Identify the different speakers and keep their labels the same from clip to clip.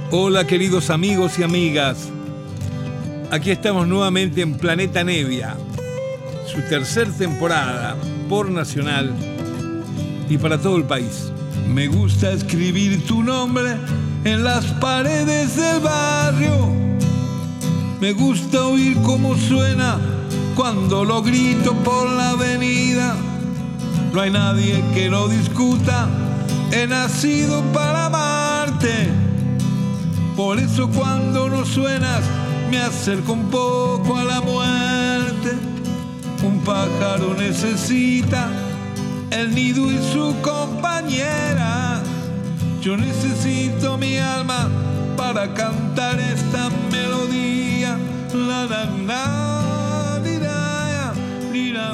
Speaker 1: Hola queridos amigos y amigas, aquí estamos nuevamente en Planeta Nevia, su tercera temporada por Nacional y para todo el país. Me gusta escribir tu nombre en las paredes del barrio, me gusta oír cómo suena cuando lo grito por la avenida. No hay nadie que lo discuta, he nacido para amarte. Por eso cuando no suenas me acerco un poco a la muerte. Un pájaro necesita el nido y su compañera. Yo necesito mi alma para cantar esta melodía. La la la li, la, li, la,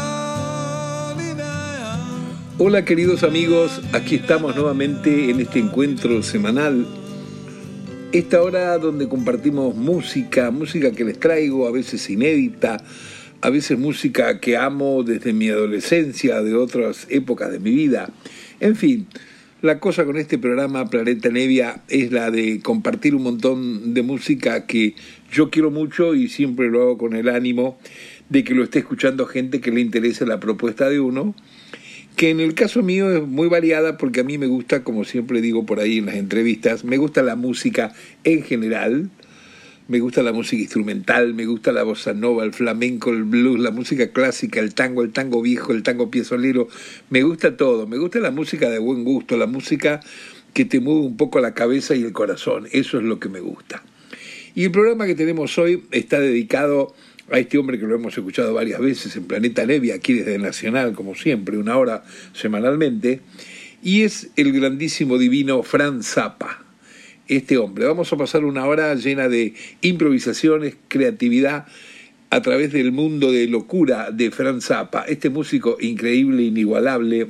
Speaker 1: la, li, la. Hola queridos amigos, aquí estamos nuevamente en este encuentro semanal. Esta hora donde compartimos música que les traigo, a veces inédita, a veces música que amo desde mi adolescencia, de otras épocas de mi vida. En fin, la cosa con este programa Planeta Nevia es la de compartir un montón de música que yo quiero mucho y siempre lo hago con el ánimo de que lo esté escuchando gente que le interese la propuesta de uno, que en el caso mío es muy variada porque a mí me gusta, como siempre digo por ahí en las entrevistas, me gusta la música en general, me gusta la música instrumental, me gusta la bossa nova, el flamenco, el blues, la música clásica, el tango viejo, el tango piezolero, me gusta todo, me gusta la música de buen gusto, la música que te mueve un poco la cabeza y el corazón, eso es lo que me gusta. Y el programa que tenemos hoy está dedicado a este hombre que lo hemos escuchado varias veces en Planeta Nevia, aquí desde Nacional, como siempre, 1 hora semanalmente, y es el grandísimo divino Frank Zappa. Este hombre, vamos a pasar 1 hora llena de improvisaciones, creatividad, a través del mundo de locura de Frank Zappa, este músico increíble, inigualable,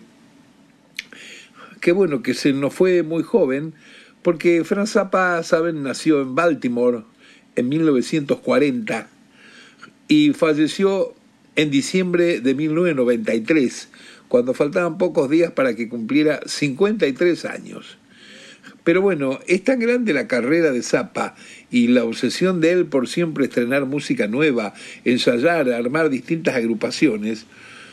Speaker 1: que bueno, que se nos fue muy joven, porque Frank Zappa, saben, nació en Baltimore en 1940, y falleció en diciembre de 1993, cuando faltaban pocos días para que cumpliera 53 años. Pero bueno, es tan grande la carrera de Zappa y la obsesión de él por siempre estrenar música nueva, ensayar, armar distintas agrupaciones,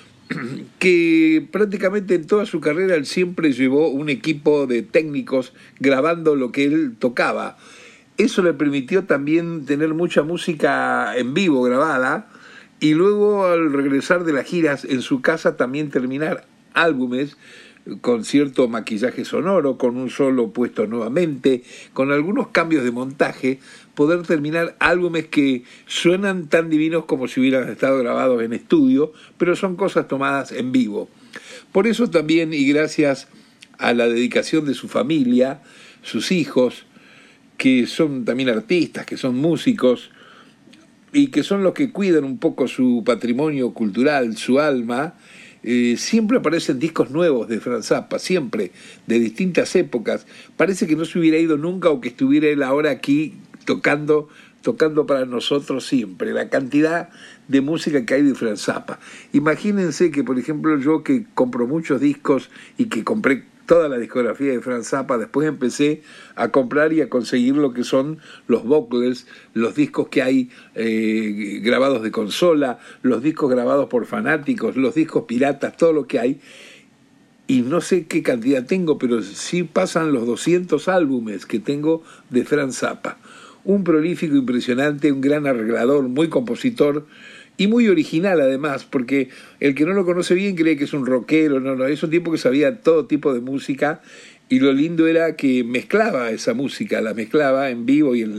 Speaker 1: que prácticamente en toda su carrera él siempre llevó un equipo de técnicos grabando lo que él tocaba. Eso le permitió también tener mucha música en vivo grabada y luego al regresar de las giras en su casa también terminar álbumes con cierto maquillaje sonoro, con un solo puesto nuevamente, con algunos cambios de montaje, poder terminar álbumes que suenan tan divinos como si hubieran estado grabados en estudio, pero son cosas tomadas en vivo. Por eso también, y gracias a la dedicación de su familia, sus hijos, que son también artistas, que son músicos y que son los que cuidan un poco su patrimonio cultural, su alma, siempre aparecen discos nuevos de Frank Zappa, siempre, de distintas épocas. Parece que no se hubiera ido nunca o que estuviera él ahora aquí tocando para nosotros siempre. La cantidad de música que hay de Frank Zappa. Imagínense que, por ejemplo, yo que compro muchos discos y que compré toda la discografía de Frank Zappa, después empecé a comprar y a conseguir lo que son los booklets, los discos que hay grabados de consola, los discos grabados por fanáticos, los discos piratas, todo lo que hay. Y no sé qué cantidad tengo, pero sí pasan los 200 álbumes que tengo de Frank Zappa. Un prolífico impresionante, un gran arreglador, muy compositor, y muy original además, porque el que no lo conoce bien cree que es un rockero, no, es un tipo que sabía todo tipo de música, y lo lindo era que mezclaba esa música, la mezclaba en vivo y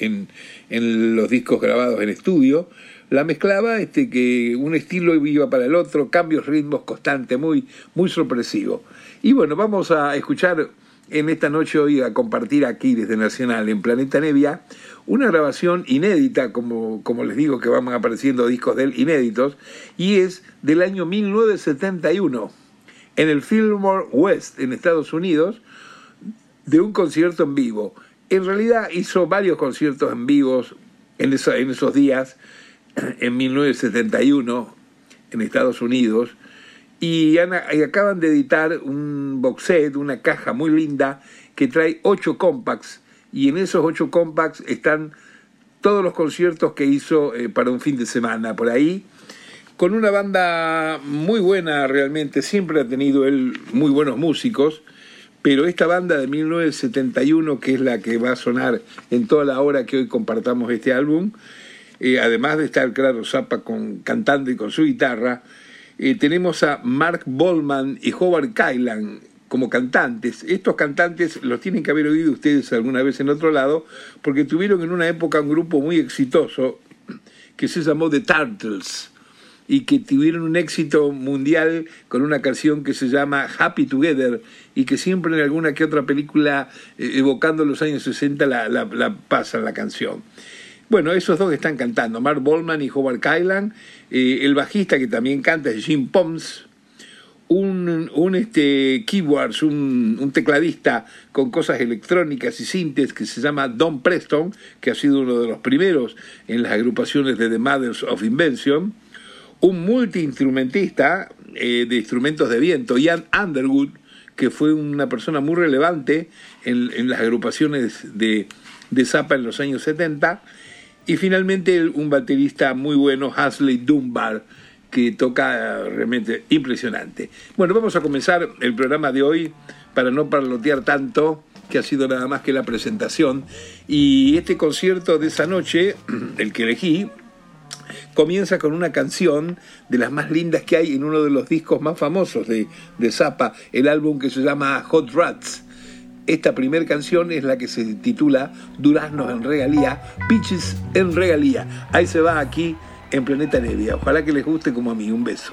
Speaker 1: en los discos grabados en estudio, la mezclaba que un estilo iba para el otro, cambios, ritmos constantes, muy, muy sorpresivo. Y bueno, vamos a escuchar en esta noche hoy, a compartir aquí desde Nacional en Planeta Nevia una grabación inédita, como les digo que van apareciendo discos de él inéditos, y es del año 1971 en el Fillmore West en Estados Unidos, de un concierto en vivo. En realidad hizo varios conciertos en vivos en esos días, en 1971 en Estados Unidos, y acaban de editar un box set, una caja muy linda que trae 8 compacts y en esos 8 compacts están todos los conciertos que hizo para un fin de semana por ahí, con una banda muy buena realmente. Siempre ha tenido él muy buenos músicos, pero esta banda de 1971, que es la que va a sonar en toda la hora que hoy compartamos este álbum, además de estar, claro, Zappa cantando y con su guitarra, tenemos a Mark Bolan y Howard Kaylan como cantantes. Estos cantantes los tienen que haber oído ustedes alguna vez en otro lado, porque tuvieron en una época un grupo muy exitoso que se llamó The Turtles, y que tuvieron un éxito mundial con una canción que se llama Happy Together, y que siempre en alguna que otra película evocando los años 60 la pasan la canción. Bueno, esos dos están cantando, Mark Bolan y Howard Kaylan. El bajista que también canta es Jim Pons, un keyboards, un tecladista con cosas electrónicas y sintes que se llama Don Preston, que ha sido uno de los primeros en las agrupaciones de The Mothers of Invention, un multiinstrumentista de instrumentos de viento, Ian Underwood, que fue una persona muy relevante en las agrupaciones de Zappa en los años 70, y finalmente un baterista muy bueno, Hasley Dunbar, que toca realmente impresionante. Bueno, vamos a comenzar el programa de hoy para no parlotear tanto, que ha sido nada más que la presentación. Y este concierto de esa noche, el que elegí, comienza con una canción de las más lindas que hay en uno de los discos más famosos de Zappa, el álbum que se llama Hot Rats. Esta primera canción es la que se titula Duraznos en Regalía, Peaches en Regalía. Ahí se va aquí en Planeta Nevia. Ojalá que les guste como a mí. Un beso.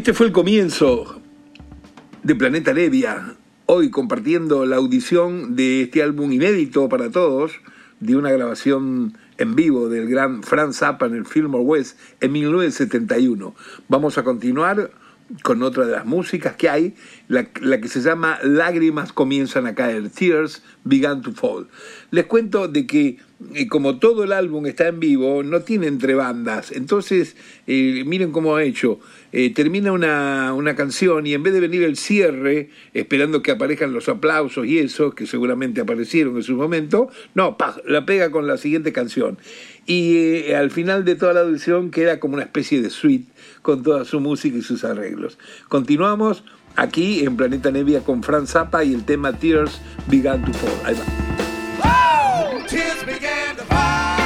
Speaker 1: Este fue el comienzo de Planeta Nevia, hoy compartiendo la audición de este álbum inédito para todos, de una grabación en vivo del gran Frank Zappa en el Fillmore West en 1971. Vamos a continuar con otra de las músicas que hay, la que se llama Lágrimas comienzan a caer, Tears Began to Fall. Les cuento de que como todo el álbum está en vivo, no tiene entre bandas, entonces miren cómo ha hecho. Termina una canción y en vez de venir el cierre, esperando que aparezcan los aplausos y eso, que seguramente aparecieron en su momento, no, la pega con la siguiente canción. Y al final de toda la audición queda como una especie de suite con toda su música y sus arreglos. Continuamos aquí en Planeta Nevia con Frank Zappa y el tema Tears Began to Fall. Ahí va.
Speaker 2: Oh, tears began to fall.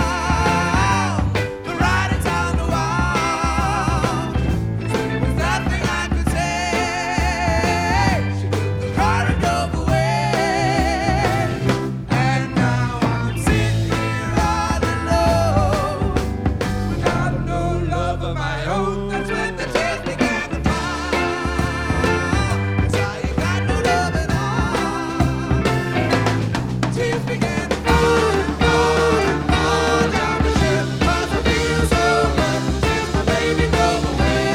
Speaker 2: The writing's on the wall. There was nothing I could say. She took the car and drove away. And now I'm sitting here all alone, without no love of my own. That's when the tears began to fall. That's how you got no love at all. Tears began to fall and fall and fall down the ship. 'Cause I feel so much since my baby drove away.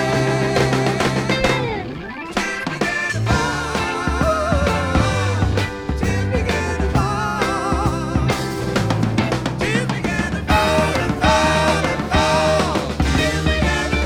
Speaker 2: Tears began to fall. Tears began to fall. Tears began to fall and fall and fall. Tears began to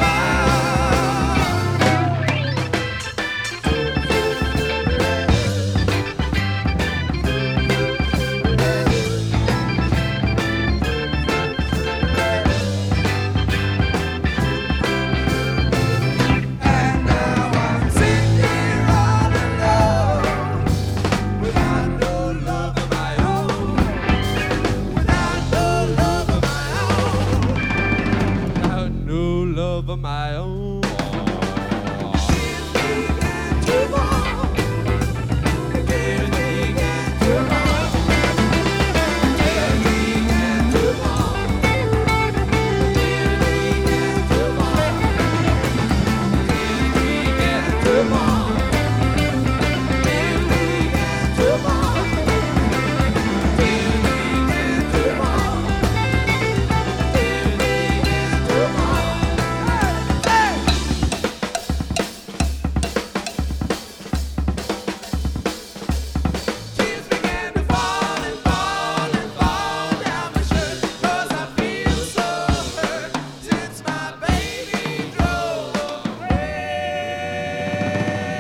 Speaker 2: And now I'm sitting here all alone, without no love of my own, without no love of my own, without no love of my own. Tears began to fall. Tears began to fall. Tears began to fall. Tears began to fall. Tears began to fall. Tears began to fall. Tears began to fall. Tears began to fall. Hey! Tears began to fall and fall and fall down my shirt. 'Cause I feel so hurt since my baby drove away.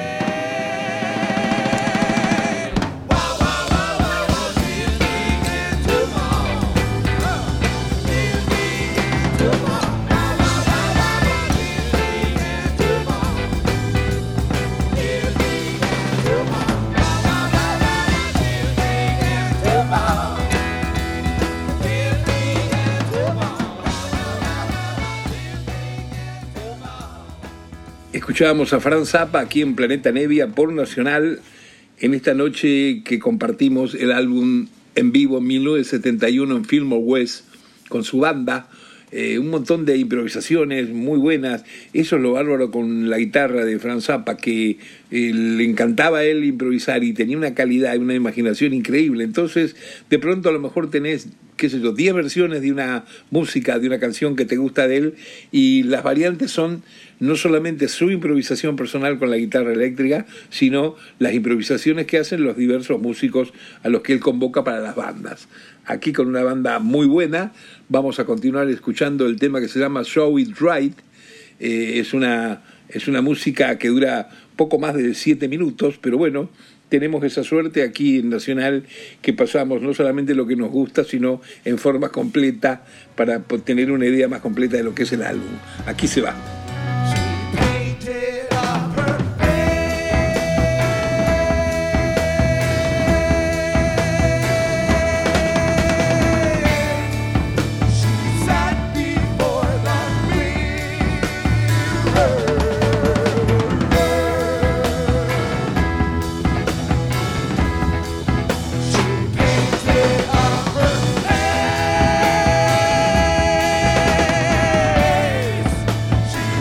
Speaker 2: Wow, wow, wow, wow, wow. Tears began to fall. Tears began to fall. Wow, wow, wow, wow, wow. Tears began to fall. Tears began to fall. Wow, wow, wow, wow, wow. Tears began to fall. Tears began to fall.
Speaker 1: Escuchábamos a Frank Zappa aquí en Planeta Nevia por Nacional en esta noche que compartimos el álbum en vivo en 1971 en Fillmore West con su banda. Un montón de improvisaciones muy buenas. Eso es lo bárbaro con la guitarra de Frank Zappa, que le encantaba a él improvisar y tenía una calidad y una imaginación increíble. Entonces, de pronto a lo mejor tenés, qué sé yo, 10 versiones de una música, de una canción que te gusta de él, y las variantes son no solamente su improvisación personal con la guitarra eléctrica, sino las improvisaciones que hacen los diversos músicos a los que él convoca para las bandas. Aquí con una banda muy buena, vamos a continuar escuchando el tema que se llama Show It Right. Es una música que dura poco más de 7 minutos, pero bueno, tenemos esa suerte aquí en Nacional que pasamos no solamente lo que nos gusta, sino en forma completa para tener una idea más completa de lo que es el álbum. Aquí se va.
Speaker 2: Painted up her face. She sat before the mirror. She painted up her face. She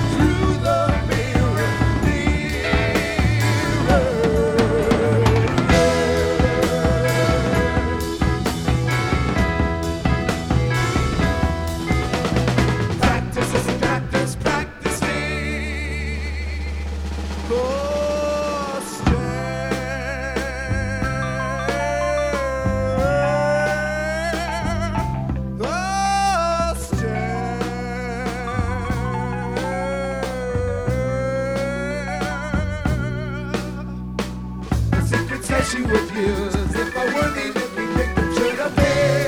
Speaker 2: she would use if I were the living victim should appear.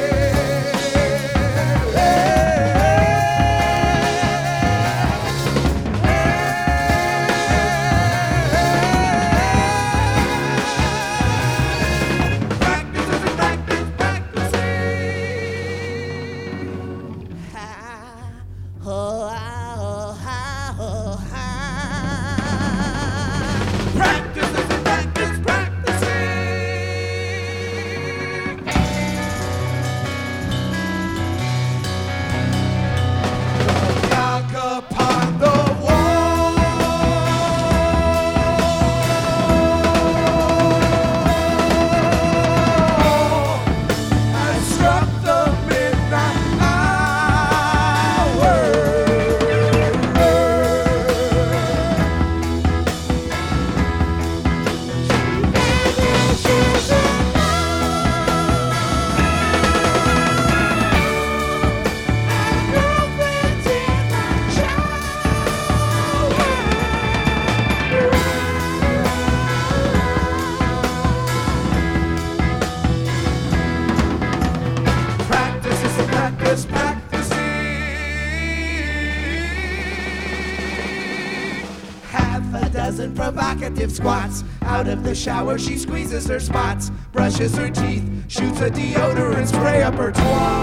Speaker 2: Provocative squats. Out of the shower, she squeezes her spots, brushes her teeth, shoots a deodorant spray up her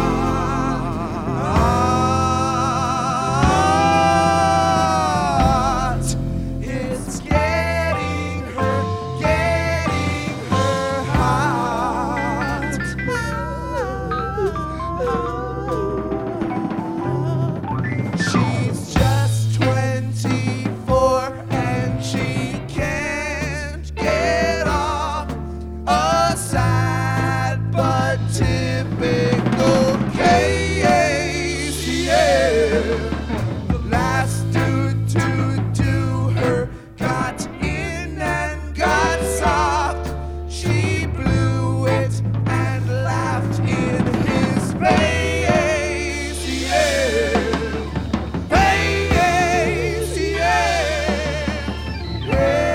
Speaker 2: twat. It's getting her hot. She's just 24. She can't get off a sad but typical case. Yeah. The last dude to do her got in and got soft. She blew it and laughed in his face. Yeah. Face, yeah.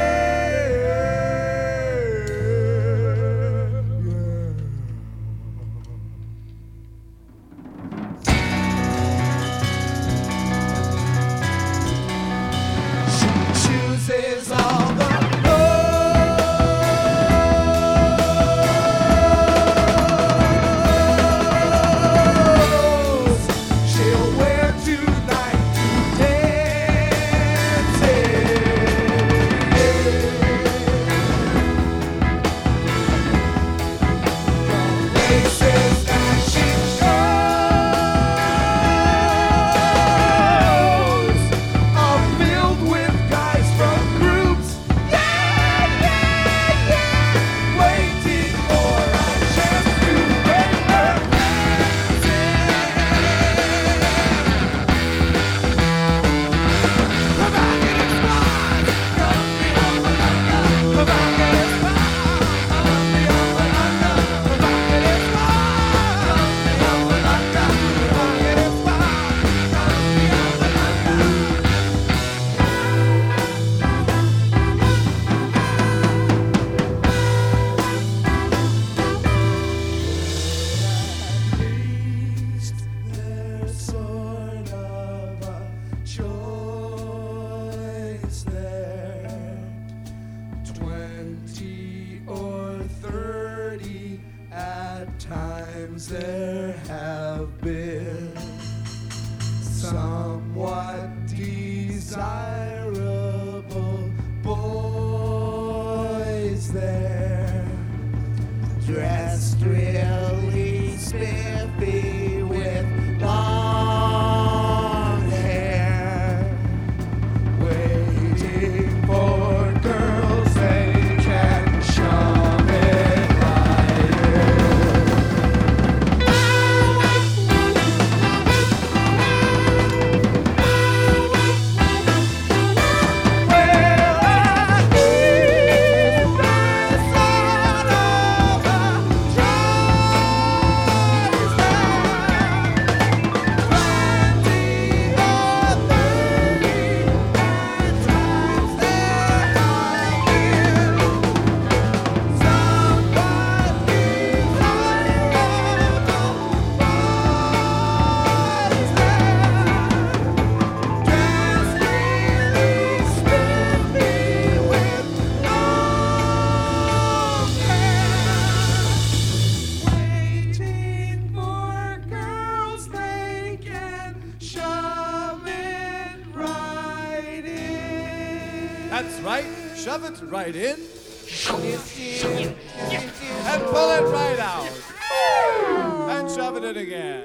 Speaker 2: Chooses all the clothes she'll wear tonight to dancing. Places that she goes are filled with guys from groups. Yeah, yeah, yeah. Waiting for a chance to break her provocative spot. Come the Opalaka. Provocative spot. Come the Opalaka. Provocative spot. Come the Opalaka. Provocative spot. Come the Opalaka. At least there's sort of a choice there. 20 or 30 at times there have been somewhat desirable boys there, dressed really spiffy with long hair, waiting for girls they can shove it right in.
Speaker 3: That's right. Shove it right in. And pull it right out. And shove it in again.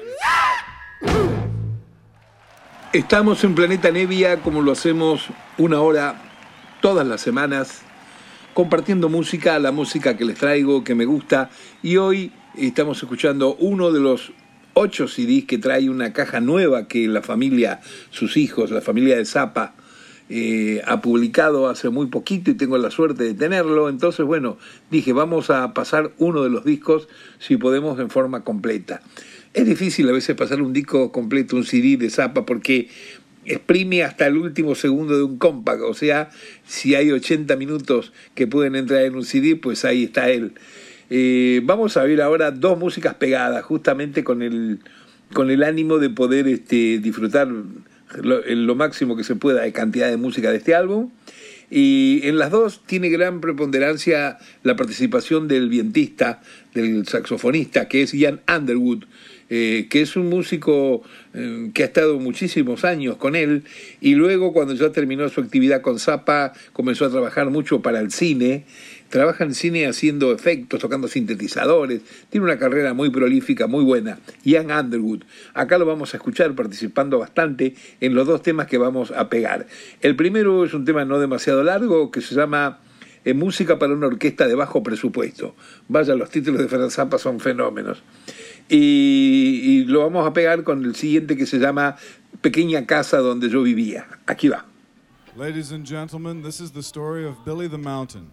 Speaker 1: Estamos en Planeta Nevia como lo hacemos una hora todas las semanas, compartiendo música, la música que les traigo, que me gusta. Y hoy estamos escuchando uno de los 8 CDs que trae una caja nueva que la familia, sus hijos, la familia de Zappa, ha publicado hace muy poquito y tengo la suerte de tenerlo. Entonces, bueno, dije, vamos a pasar uno de los discos, si podemos, en forma completa. Es difícil a veces pasar un disco completo, un CD de Zappa, porque exprime hasta el último segundo de un compact. O sea, si hay 80 minutos que pueden entrar en un CD, pues ahí está él. Vamos a ver ahora 2 músicas pegadas, justamente con el ánimo de poder disfrutar lo máximo que se pueda de cantidad de música de este álbum. Y en las 2 tiene gran preponderancia la participación del vientista, del saxofonista, que es Ian Underwood, que es un músico que ha estado muchísimos años con él, y luego cuando ya terminó su actividad con Zappa comenzó a trabajar mucho para el cine. Trabaja en cine haciendo efectos, tocando sintetizadores. Tiene una carrera muy prolífica, muy buena. Ian Underwood. Acá lo vamos a escuchar participando bastante en los 2 temas que vamos a pegar. El primero es un tema no demasiado largo que se llama Música para una orquesta de bajo presupuesto. Vaya, los títulos de Frank Zappa son fenómenos. Y lo vamos a pegar con el siguiente que se llama Pequeña casa donde yo vivía. Aquí va.
Speaker 3: Ladies and gentlemen, this is the story of Billy the Mountain.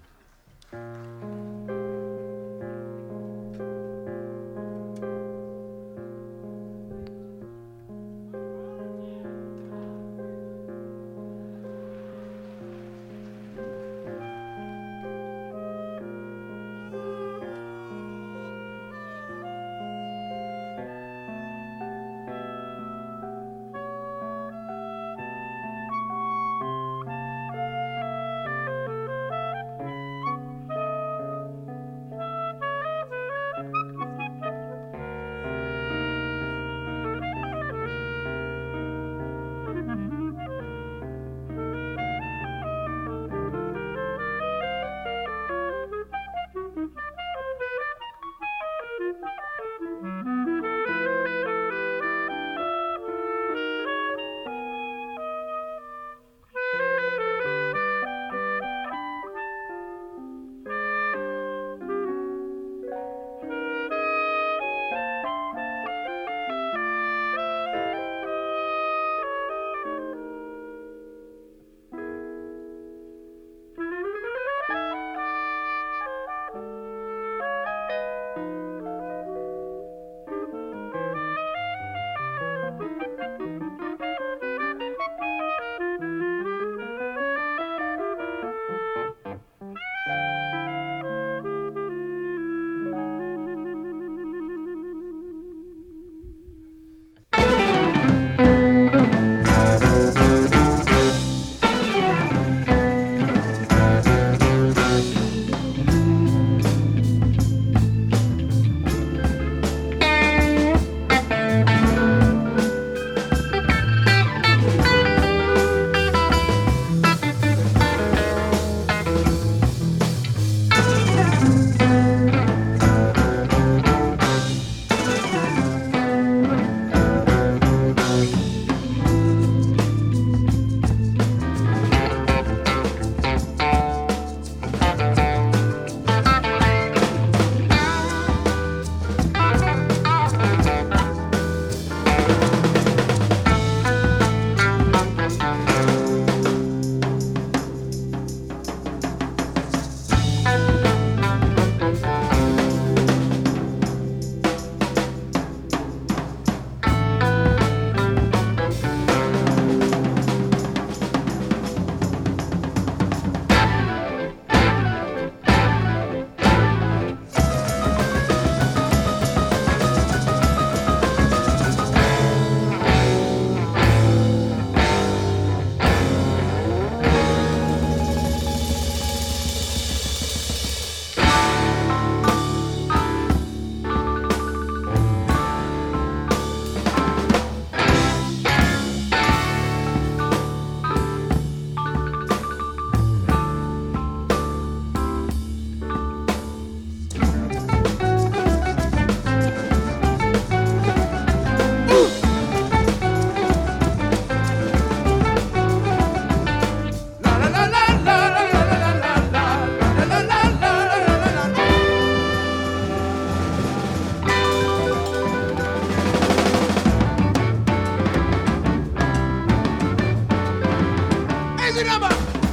Speaker 3: the number.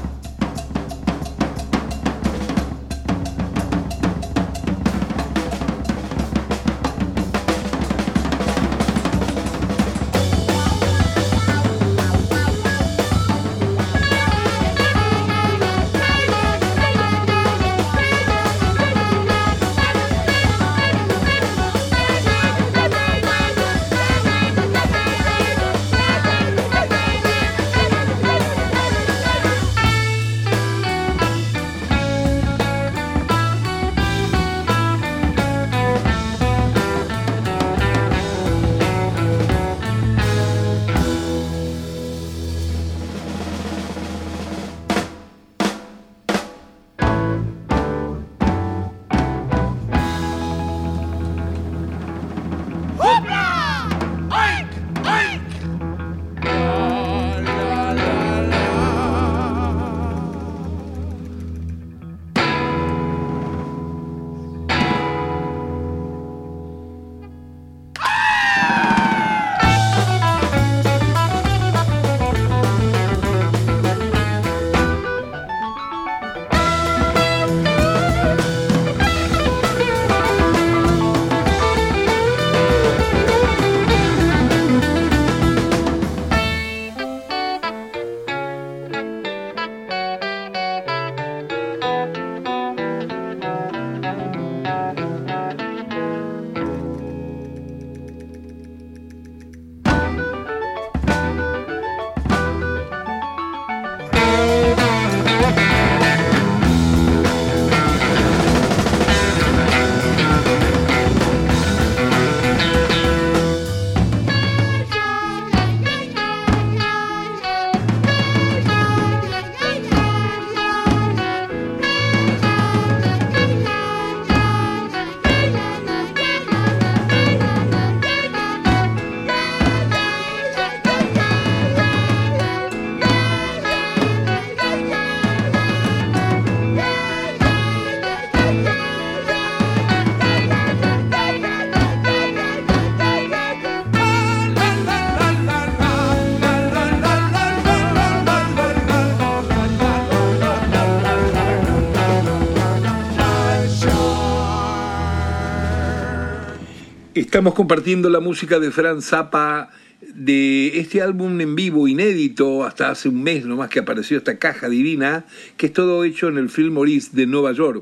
Speaker 1: Estamos compartiendo la música de Frank Zappa de este álbum en vivo inédito, hasta hace un mes nomás que apareció esta caja divina, que es todo hecho en el Fillmore de Nueva York.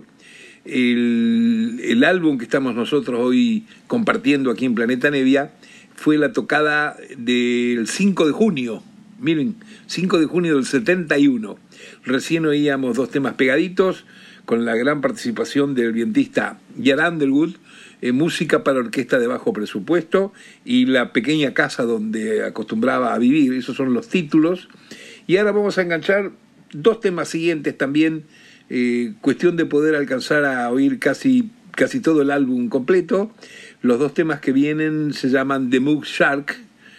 Speaker 1: El álbum que estamos nosotros hoy compartiendo aquí en Planeta Nevia fue la tocada del 5 de junio, miren, 5 de junio del 71. Recién oíamos dos temas pegaditos con la gran participación del vientista Jan Underwood, música para orquesta de bajo presupuesto y La pequeña casa donde acostumbraba a vivir. Esos son los títulos. Y ahora vamos a enganchar dos temas siguientes también, cuestión de poder alcanzar a oír casi todo el álbum completo. Los dos temas que vienen se llaman The Mug Shark,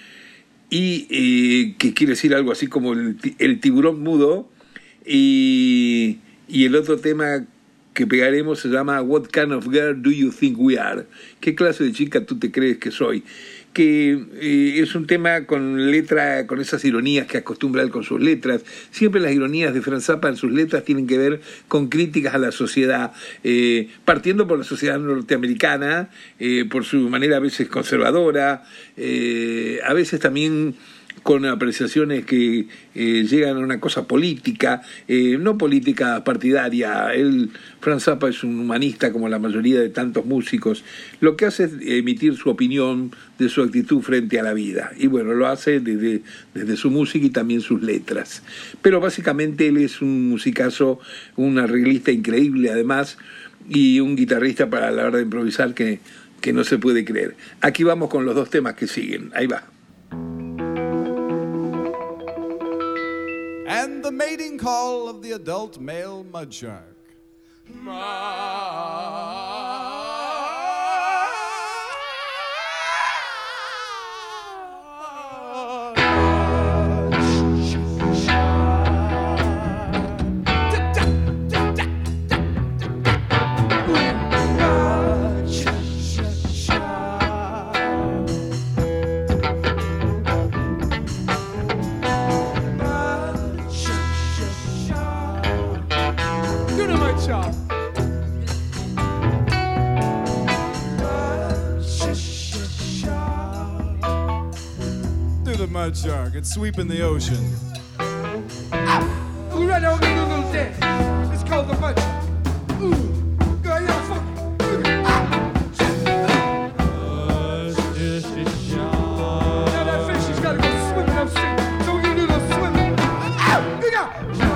Speaker 1: y que quiere decir algo así como el tiburón mudo, y el otro tema que pegaremos se llama What Kind of Girl Do You Think We Are? ¿Qué clase de chica tú te crees que soy? Que es un tema con letra, con esas ironías que acostumbra él con sus letras. Siempre las ironías de Frank Zappa en sus letras tienen que ver con críticas a la sociedad, partiendo por la sociedad norteamericana, por su manera a veces conservadora, a veces también con apreciaciones que llegan a una cosa política, no política partidaria. Frank Zappa es un humanista como la mayoría de tantos músicos. Lo que hace es emitir su opinión de su actitud frente a la vida. Y bueno, lo hace desde su música y también sus letras. Pero básicamente él es un musicazo, un arreglista increíble además, y un guitarrista para la hora de improvisar que no se puede creer. Aquí vamos con los dos temas que siguen. Ahí va.
Speaker 3: And the mating call of the adult male mud shark. mud shark. It's sweeping the ocean.
Speaker 2: Ooh, right now we're gonna do a little dance. It's called the mud. Ooh, girl, you're funky. Now that fish, she's gotta go swimming upstream. So we're gonna do a little swimming. Ow! Here you go.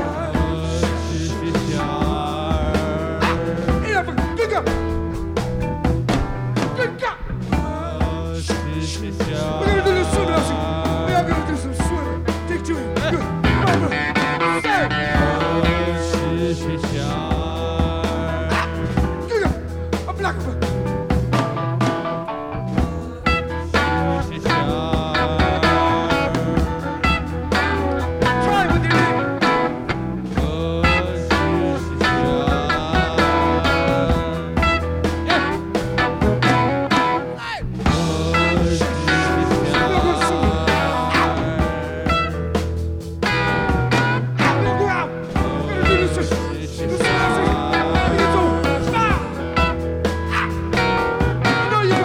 Speaker 2: Here you go. Good go. Good go. We're gonna do a little swimming upstream. We are gonna do some swimming. Take two in. Good. Right, right. Say. Good go. A black one. Try it with your leg. Go out. We're gonna do this. Do some dancing. It's over. Stop. There you go.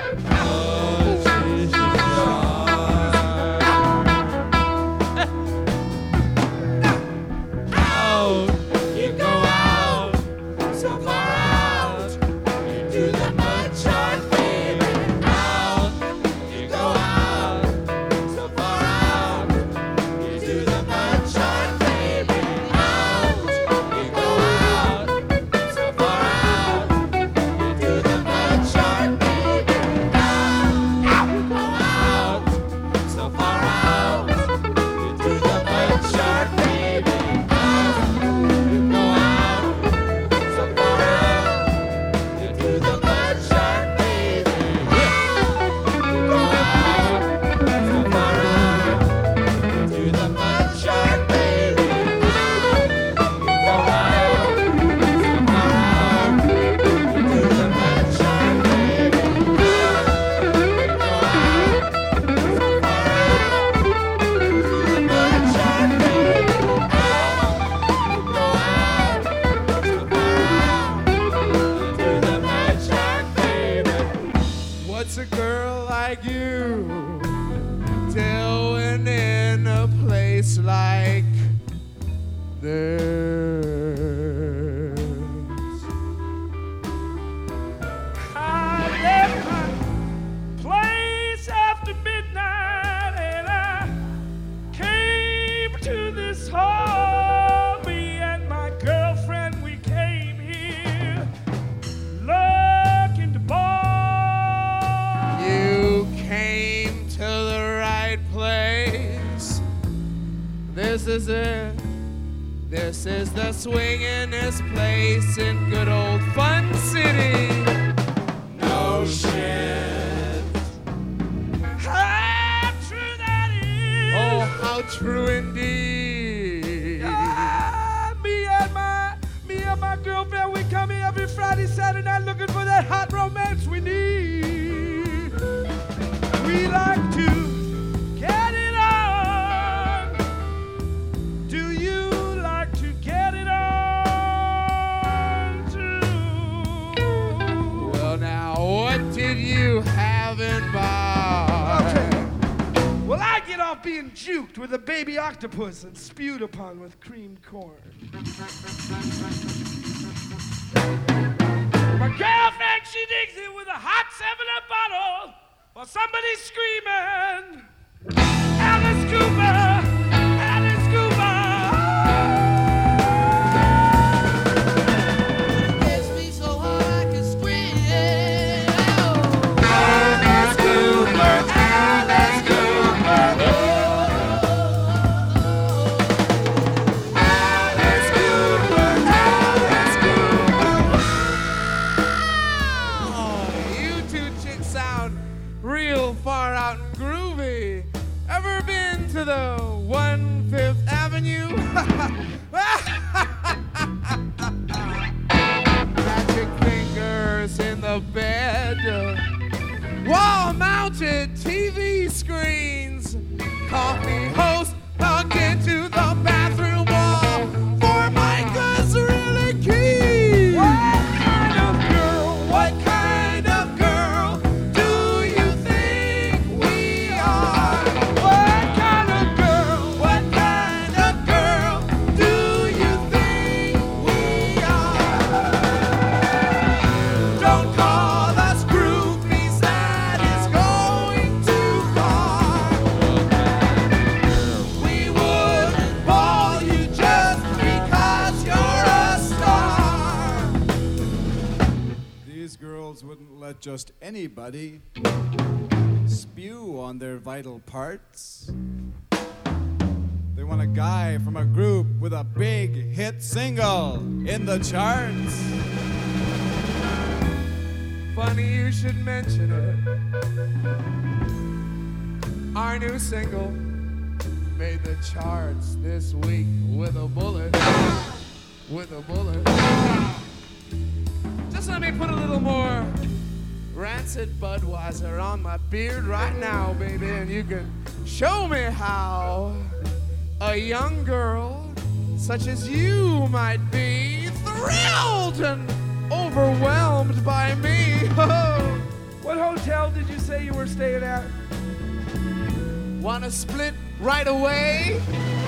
Speaker 4: You go out, so far out, you do the mud shark, baby. Out, you go out, so far out, you do the mud shark, baby. Out, you go out, so far out, you do the mud shark, baby. Out, you go out, so far out, you do the mud shark, baby. You go out, so far out, you do the mud shark, baby. You go out, so far out, you do the mud shark, baby. You go out, so far out, you do the mud shark, baby. You go out, so far out, you do the mud shark, baby.
Speaker 3: What's a girl like you doing in a place like this?
Speaker 5: I left my place after midnight and I came to this hall. Me and my girlfriend, we came here looking to ball.
Speaker 3: You came to the right place. This is it. This is the swingin'est place in good old Fun City. No shit.
Speaker 5: How true that is.
Speaker 3: Oh, how true indeed.
Speaker 5: Me and my girlfriend, we come here every Friday, Saturday night looking for that hot romance we need. We like to get it on. Do you like to get it on too?
Speaker 3: Well, now, what did you have in mind?
Speaker 5: Well, I get off being juked with a baby octopus and spewed upon with creamed corn. My girlfriend, she digs it with a hot 7-Up bottle while somebody's screaming, Alice Cooper, Alice Cooper.
Speaker 4: Gets me so hard I can scream.
Speaker 3: Alice Cooper, Alice Cooper. Alice Cooper, Alice Cooper. Oh, you two chicks sound real far out and groovy. Ever been to the 1/5 Avenue? Magic fingers in the bed. Wall-mounted TV screens. Coffee host plugged into the bathroom wall. Formica's really key. What kind of girl do you think we are? What
Speaker 6: girls wouldn't let just anybody spew on their vital parts. They want a guy from a group with a big hit single in the charts.
Speaker 3: Funny you should mention it. Our new single made the charts this week with a bullet. With a bullet. Just let me put a little more rancid Budweiser on my beard right now, baby, and you can show me how a young girl such as you might be thrilled and overwhelmed by me.
Speaker 5: What hotel did you say you were staying at?
Speaker 3: Wanna split right away?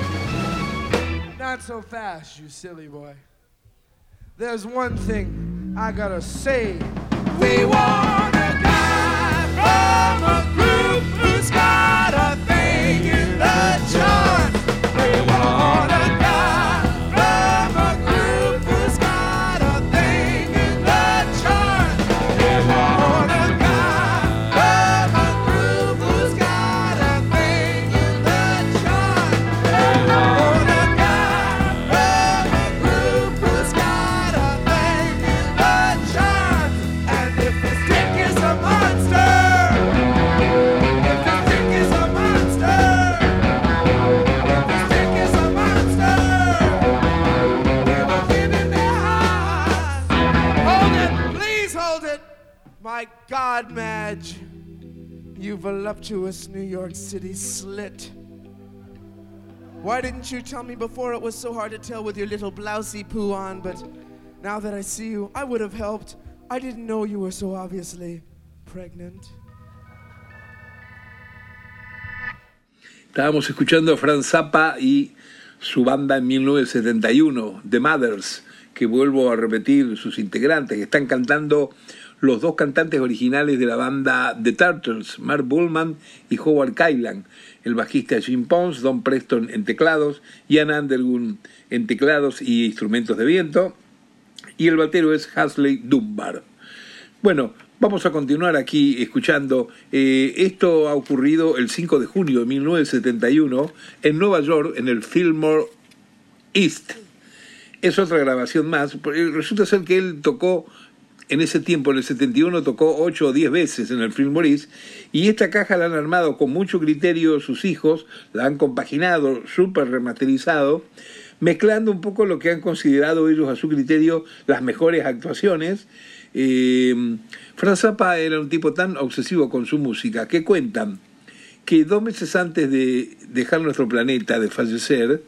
Speaker 5: Not so fast, you silly boy. There's one thing I gotta say.
Speaker 3: We want a guy from a group who's got a thing in the chart. We want a guy from a group who's got a thing in the chart. We want a guy from a group who's got a thing in the chart. We want a guy from a group who's got a thing in the chart. And if his dick is a monster, if his dick is a monster, if his dick is a monster, we will give him their heart. Hold it, please hold it. My God, Madge, you voluptuous New York City slit. Why didn't you tell me before it was so hard to tell with your little blousey poo on, but now that I see you, I would have helped. I didn't know you were so obviously pregnant.
Speaker 1: Estábamos escuchando a Frank Zappa y su banda en 1971, The Mothers, que vuelvo a repetir sus integrantes, que están cantando los dos cantantes originales de la banda The Turtles, Mark Bullman y Howard Kaylan, el bajista Jim Pons, Don Preston en teclados, Ian Underwood en teclados y instrumentos de viento, y el batero es Hasley Dunbar. Bueno, vamos a continuar aquí escuchando. Esto ha ocurrido el 5 de junio de 1971 en Nueva York, en el Fillmore East. Es otra grabación más. Resulta ser que él tocó en ese tiempo, en el 71, tocó 8 o 10 veces en el Fillmore East, y esta caja la han armado con mucho criterio sus hijos, la han compaginado, súper remasterizado, mezclando un poco lo que han considerado ellos a su criterio las mejores actuaciones. Frank Zappa era un tipo tan obsesivo con su música que cuentan que 2 meses antes de dejar nuestro planeta, de fallecer,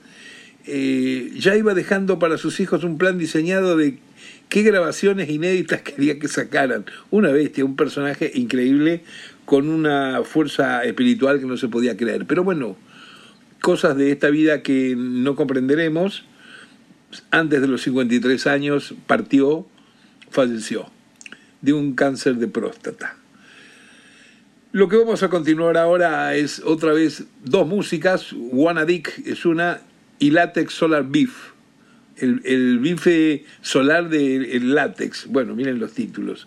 Speaker 1: ya iba dejando para sus hijos un plan diseñado de qué grabaciones inéditas quería que sacaran. Una bestia, un personaje increíble con una fuerza espiritual que no se podía creer. Pero bueno, cosas de esta vida que no comprenderemos. Antes de los 53 años partió, falleció de un cáncer de próstata. Lo que vamos a continuar ahora es otra vez 2 músicas. Wanna Dick es una y Latex Solar Beef. El bife solar del látex. Bueno, miren los títulos.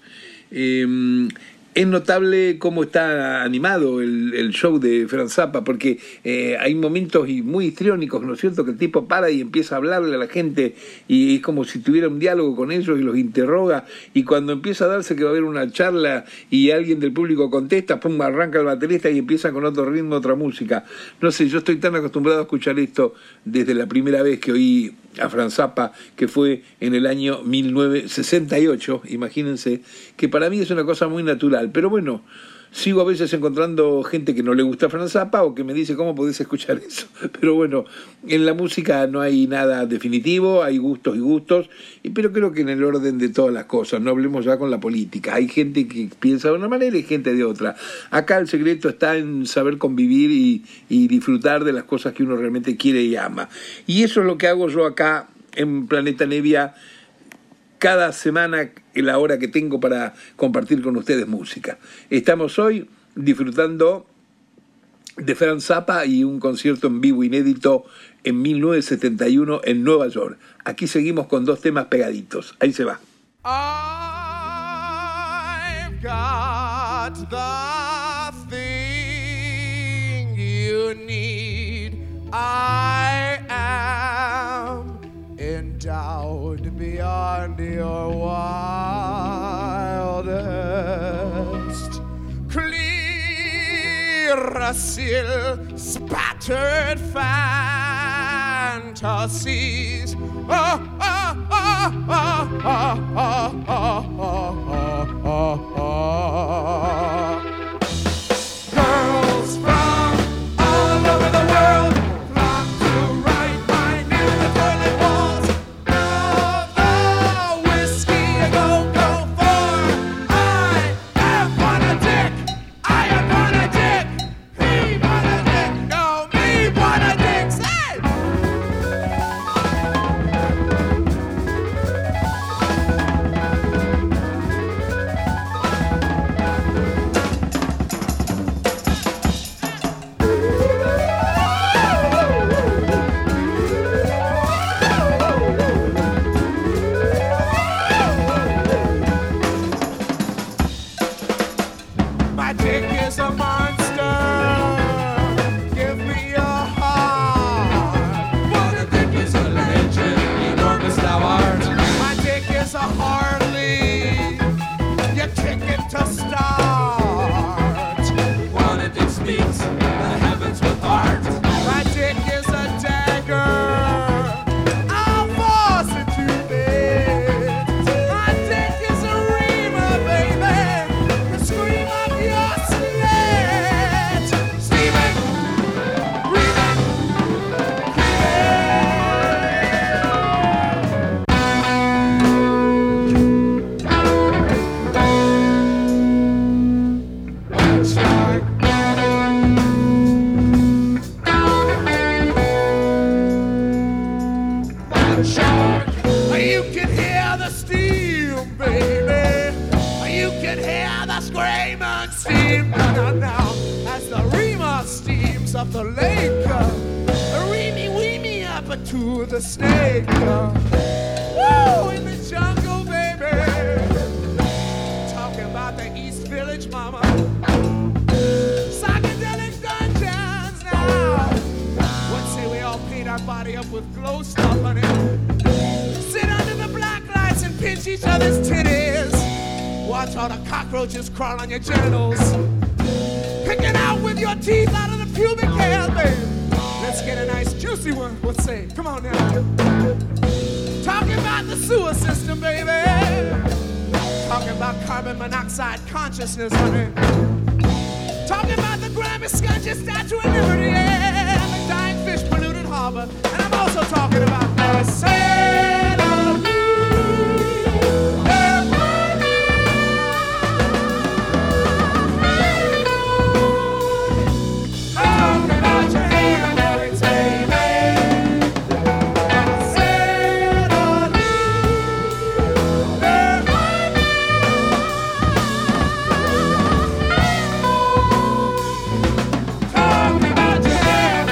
Speaker 1: Es notable cómo está animado el show de Frank Zappa, porque hay momentos muy histriónicos, ¿no es cierto?, que el tipo para y empieza a hablarle a la gente y es como si tuviera un diálogo con ellos y los interroga, y cuando empieza a darse que va a haber una charla y alguien del público contesta, pum, arranca el baterista y empieza con otro ritmo, otra música. No sé, yo estoy tan acostumbrado a escuchar esto desde la primera vez que oí a Frank Zappa, que fue en el año 1968, imagínense, que para mí es una cosa muy natural. Pero bueno, sigo a veces encontrando gente que no le gusta Frank Zappa o que me dice, ¿cómo podés escuchar eso? Pero bueno, en la música no hay nada definitivo, hay gustos y gustos, pero creo que en el orden de todas las cosas, no hablemos ya con la política. Hay gente que piensa de una manera y gente de otra. Acá el secreto está en saber convivir y disfrutar de las cosas que uno realmente quiere y ama. Y eso es lo que hago yo acá en Planeta Nevia, cada semana, en la hora que tengo para compartir con ustedes música. Estamos hoy disfrutando de Frank Zappa y un concierto en vivo inédito en 1971 en Nueva York. Aquí seguimos con 2 temas pegaditos. Ahí se va.
Speaker 3: I got the thing you need. I am endowed beyond your wildest. Clearasil spattered fantasies. Oh, oh, oh, oh, oh, oh, oh, oh, oh. Girls from all over the world flock to write my name in the toilet walls of the whiskey you go for. I am on a dick. I am on a dick. He on a dick. No, me on a dick. Say. My dick is a monster. Give me your heart. Well, the dick is a legend, enormous thou art. My dick is a Harley. You kick it to start. Well, the dick speaks the heavens with art. My dick is a dagger. I'll force it to bed. My dick is a reamer, baby. The scream of your sledge. Steaming, breathing, shark. You can hear the steam, baby. You can hear the screaming steam. Now, as the reamer steams up the lake, reamy weemy up to the snake. Woo, in the jungle, baby. Talking about the East Village, mama. Psychedelic dungeons now. What say we all paint our body up with glow stuff, honey? Sit under the black lights and pinch each other's titties. Watch all the cockroaches crawl on your genitals. Picking out with your teeth out of the pubic hair, baby. Let's get a nice juicy one. What say? Come on now. Talking about the sewer system, baby. Talking about carbon monoxide consciousness, honey. Talking about the Grammy Scunches Statue of Liberty and the dying fish polluted harbor. And I'm also talking about the Sailor Moon. Talking about your hand, every day, baby. Sailor Moon. Talking about your hand.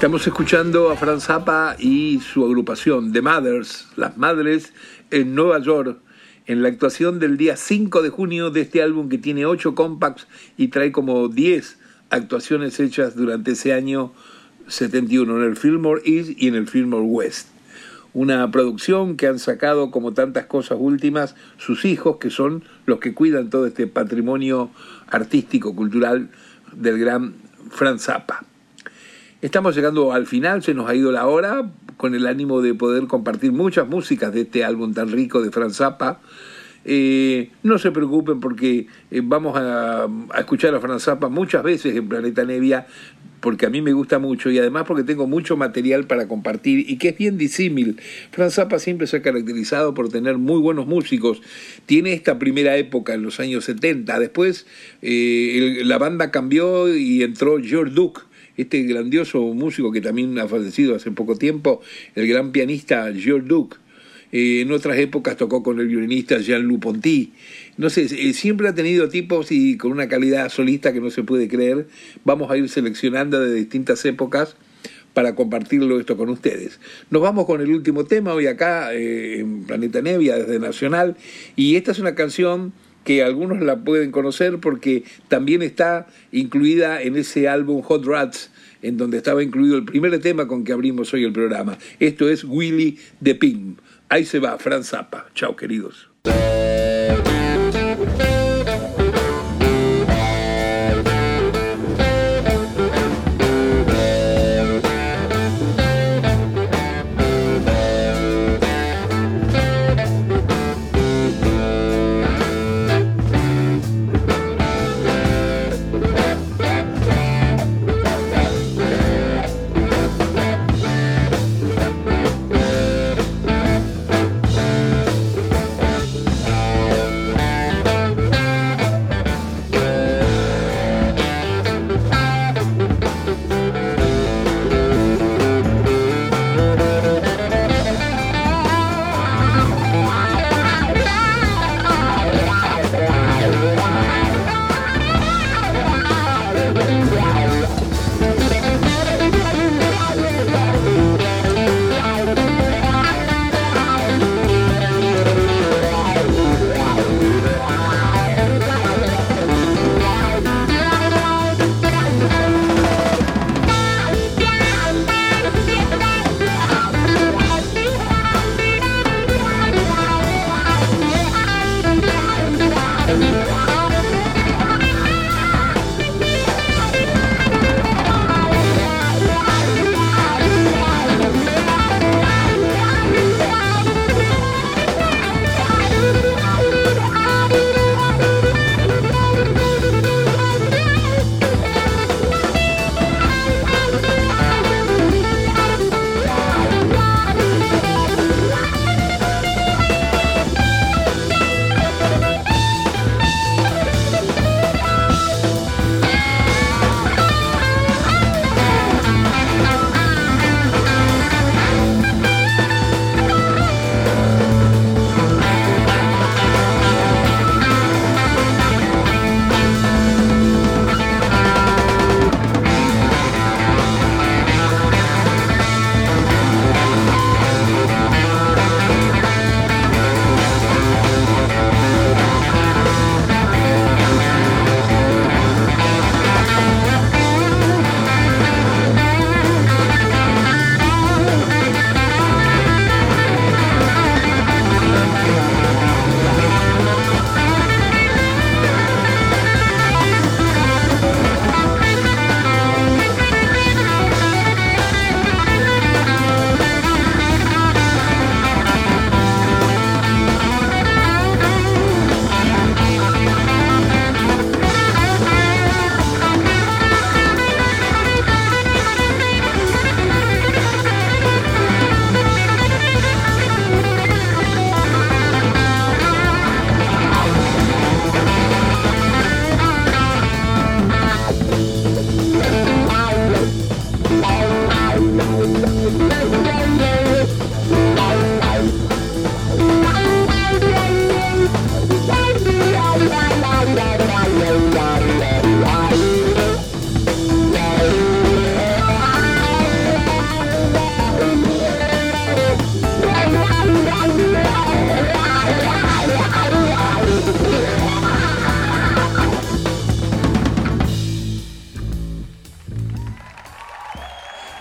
Speaker 1: Estamos escuchando a Frank Zappa y su agrupación The Mothers, Las Madres, en Nueva York, en la actuación del día 5 de junio de este álbum que tiene 8 compacts y trae como 10 actuaciones hechas durante ese año 71 en el Fillmore East y en el Fillmore West. Una producción que han sacado, como tantas cosas últimas, sus hijos, que son los que cuidan todo este patrimonio artístico, cultural del gran Frank Zappa. Estamos llegando al final, se nos ha ido la hora, con el ánimo de poder compartir muchas músicas de este álbum tan rico de Frank Zappa. No se preocupen porque vamos a escuchar a Frank Zappa muchas veces en Planeta Nevia, porque a mí me gusta mucho y además porque tengo mucho material para compartir y que es bien disímil. Frank Zappa siempre se ha caracterizado por tener muy buenos músicos. Tiene esta primera época en los años 70, después la banda cambió y entró George Duke, este grandioso músico que también ha fallecido hace poco tiempo, el gran pianista George Duke. En otras épocas tocó con el violinista Jean-Loup Ponty. No sé, siempre ha tenido tipos y con una calidad solista que no se puede creer. Vamos a ir seleccionando de distintas épocas para compartirlo esto con ustedes. Nos vamos con el último tema hoy acá en Planeta Nevia desde Nacional, y esta es una canción que algunos la pueden conocer porque también está incluida en ese álbum Hot Rats, en donde estaba incluido el primer tema con que abrimos hoy el programa. Esto es Willie the Pimp. Ahí se va Frank Zappa. Chao, queridos.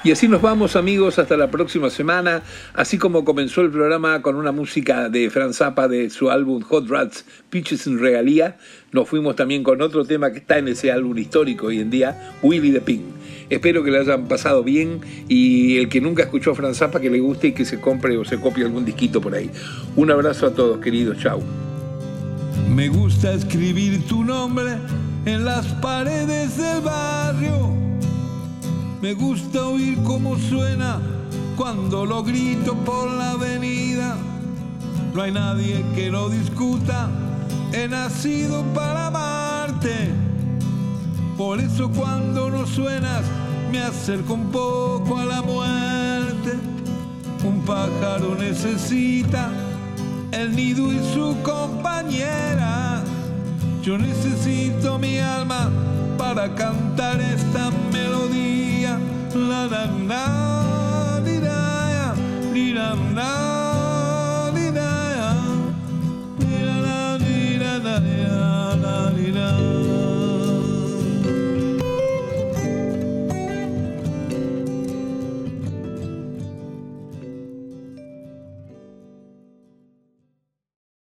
Speaker 1: Y así nos vamos, amigos, hasta la próxima semana. Así como comenzó el programa con una música de Frank Zappa de su álbum Hot Rats, Peaches en Regalía, nos fuimos también con otro tema que está en ese álbum histórico hoy en día, Willie the Pig. Espero que le hayan pasado bien y el que nunca escuchó a Frank Zappa, que le guste y que se compre o se copie algún disquito por ahí. Un abrazo a todos, queridos. Chau.
Speaker 3: Me gusta escribir tu nombre en las paredes del barrio. Me gusta oír cómo suena cuando lo grito por la avenida. No hay nadie que lo discuta, he nacido para amarte. Por eso cuando no suenas me acerco un poco a la muerte. Un pájaro necesita el nido y su compañera. Yo necesito mi alma para cantar esta melodía. La la la, li la, li la la.